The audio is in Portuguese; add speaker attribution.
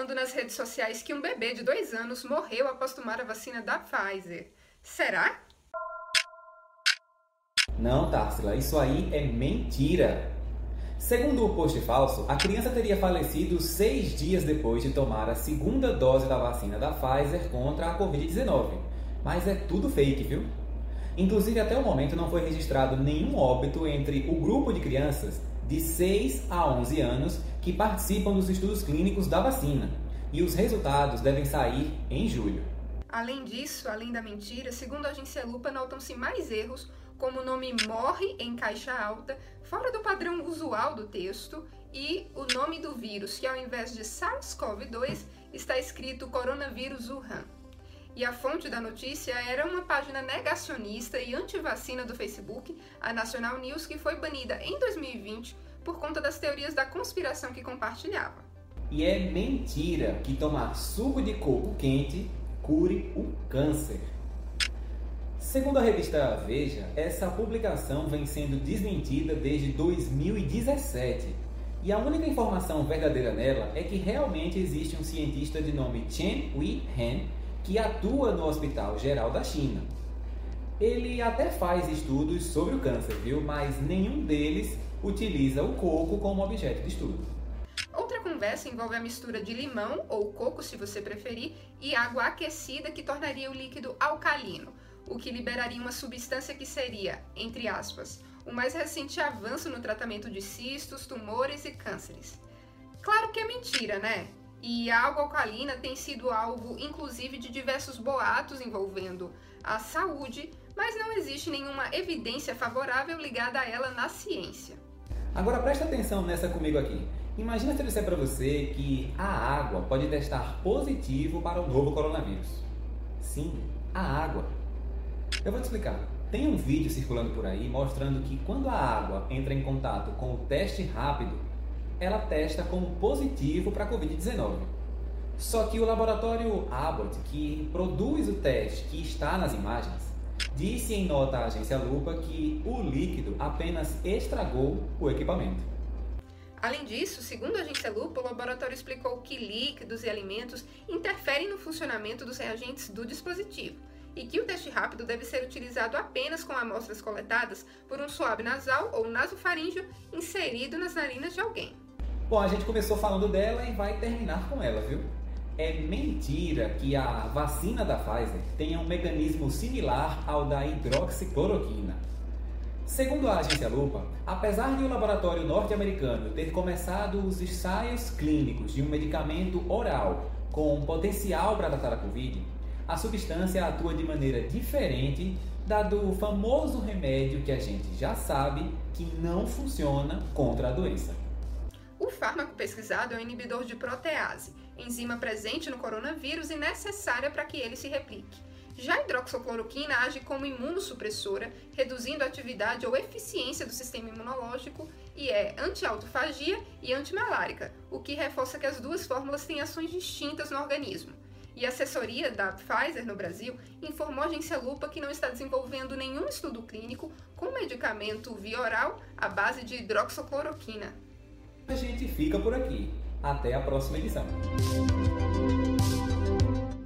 Speaker 1: circulando nas redes sociais que um bebê de 2 anos morreu após tomar a vacina da Pfizer. Será?
Speaker 2: Não, Tarsila, isso aí é mentira. Segundo o post falso, a criança teria falecido 6 dias depois de tomar a segunda dose da vacina da Pfizer contra a Covid-19. Mas é tudo fake, viu? Inclusive, até o momento não foi registrado nenhum óbito entre o grupo de crianças de 6 a 11 anos que participam dos estudos clínicos da vacina. E os resultados devem sair em julho.
Speaker 1: Além disso, além da mentira, segundo a agência Lupa, notam-se mais erros, como o nome morre em caixa alta, fora do padrão usual do texto, e o nome do vírus, que ao invés de SARS-CoV-2, está escrito coronavírus Wuhan. E a fonte da notícia era uma página negacionista e antivacina do Facebook, a National News, que foi banida em 2020 por conta das teorias da conspiração que compartilhava.
Speaker 2: E é mentira que tomar suco de coco quente cure o câncer. Segundo a revista Veja, essa publicação vem sendo desmentida desde 2017. E a única informação verdadeira nela é que realmente existe um cientista de nome Chen Wei-hen que atua no Hospital Geral da China. Ele até faz estudos sobre o câncer, viu? Mas nenhum deles utiliza o coco como objeto de estudo.
Speaker 1: Outra conversa envolve a mistura de limão, ou coco se você preferir, e água aquecida que tornaria o líquido alcalino, o que liberaria uma substância que seria, entre aspas, o mais recente avanço no tratamento de cistos, tumores e cânceres. Claro que é mentira, né? E a água alcalina tem sido alvo, inclusive, de diversos boatos envolvendo a saúde, mas não existe nenhuma evidência favorável ligada a ela na ciência.
Speaker 2: Agora presta atenção nessa comigo aqui. Imagina se eu disser para você que a água pode testar positivo para o novo coronavírus. Sim, a água. Eu vou te explicar. Tem um vídeo circulando por aí mostrando que quando a água entra em contato com o teste rápido, ela testa como positivo para a Covid-19. Só que o laboratório Abbott, que produz o teste que está nas imagens, disse em nota à agência Lupa que o líquido apenas estragou o equipamento.
Speaker 1: Além disso, segundo a agência Lupa, o laboratório explicou que líquidos e alimentos interferem no funcionamento dos reagentes do dispositivo e que o teste rápido deve ser utilizado apenas com amostras coletadas por um suave nasal ou nasofaríngeo inserido nas narinas de alguém.
Speaker 2: Bom, a gente começou falando dela e vai terminar com ela, viu? É mentira que a vacina da Pfizer tenha um mecanismo similar ao da hidroxicloroquina. Segundo a agência Lupa, apesar de o laboratório norte-americano ter começado os ensaios clínicos de um medicamento oral com potencial para tratar a Covid, a substância atua de maneira diferente da do famoso remédio que a gente já sabe que não funciona contra a doença.
Speaker 1: O fármaco pesquisado é um inibidor de protease, enzima presente no coronavírus e necessária para que ele se replique. Já a hidroxicloroquina age como imunossupressora, reduzindo a atividade ou eficiência do sistema imunológico e é anti-autofagia e antimalárica, o que reforça que as duas fórmulas têm ações distintas no organismo. E a assessoria da Pfizer no Brasil informou à agência Lupa que não está desenvolvendo nenhum estudo clínico com medicamento via oral à base de hidroxicloroquina.
Speaker 2: A gente fica por aqui. Até a próxima edição.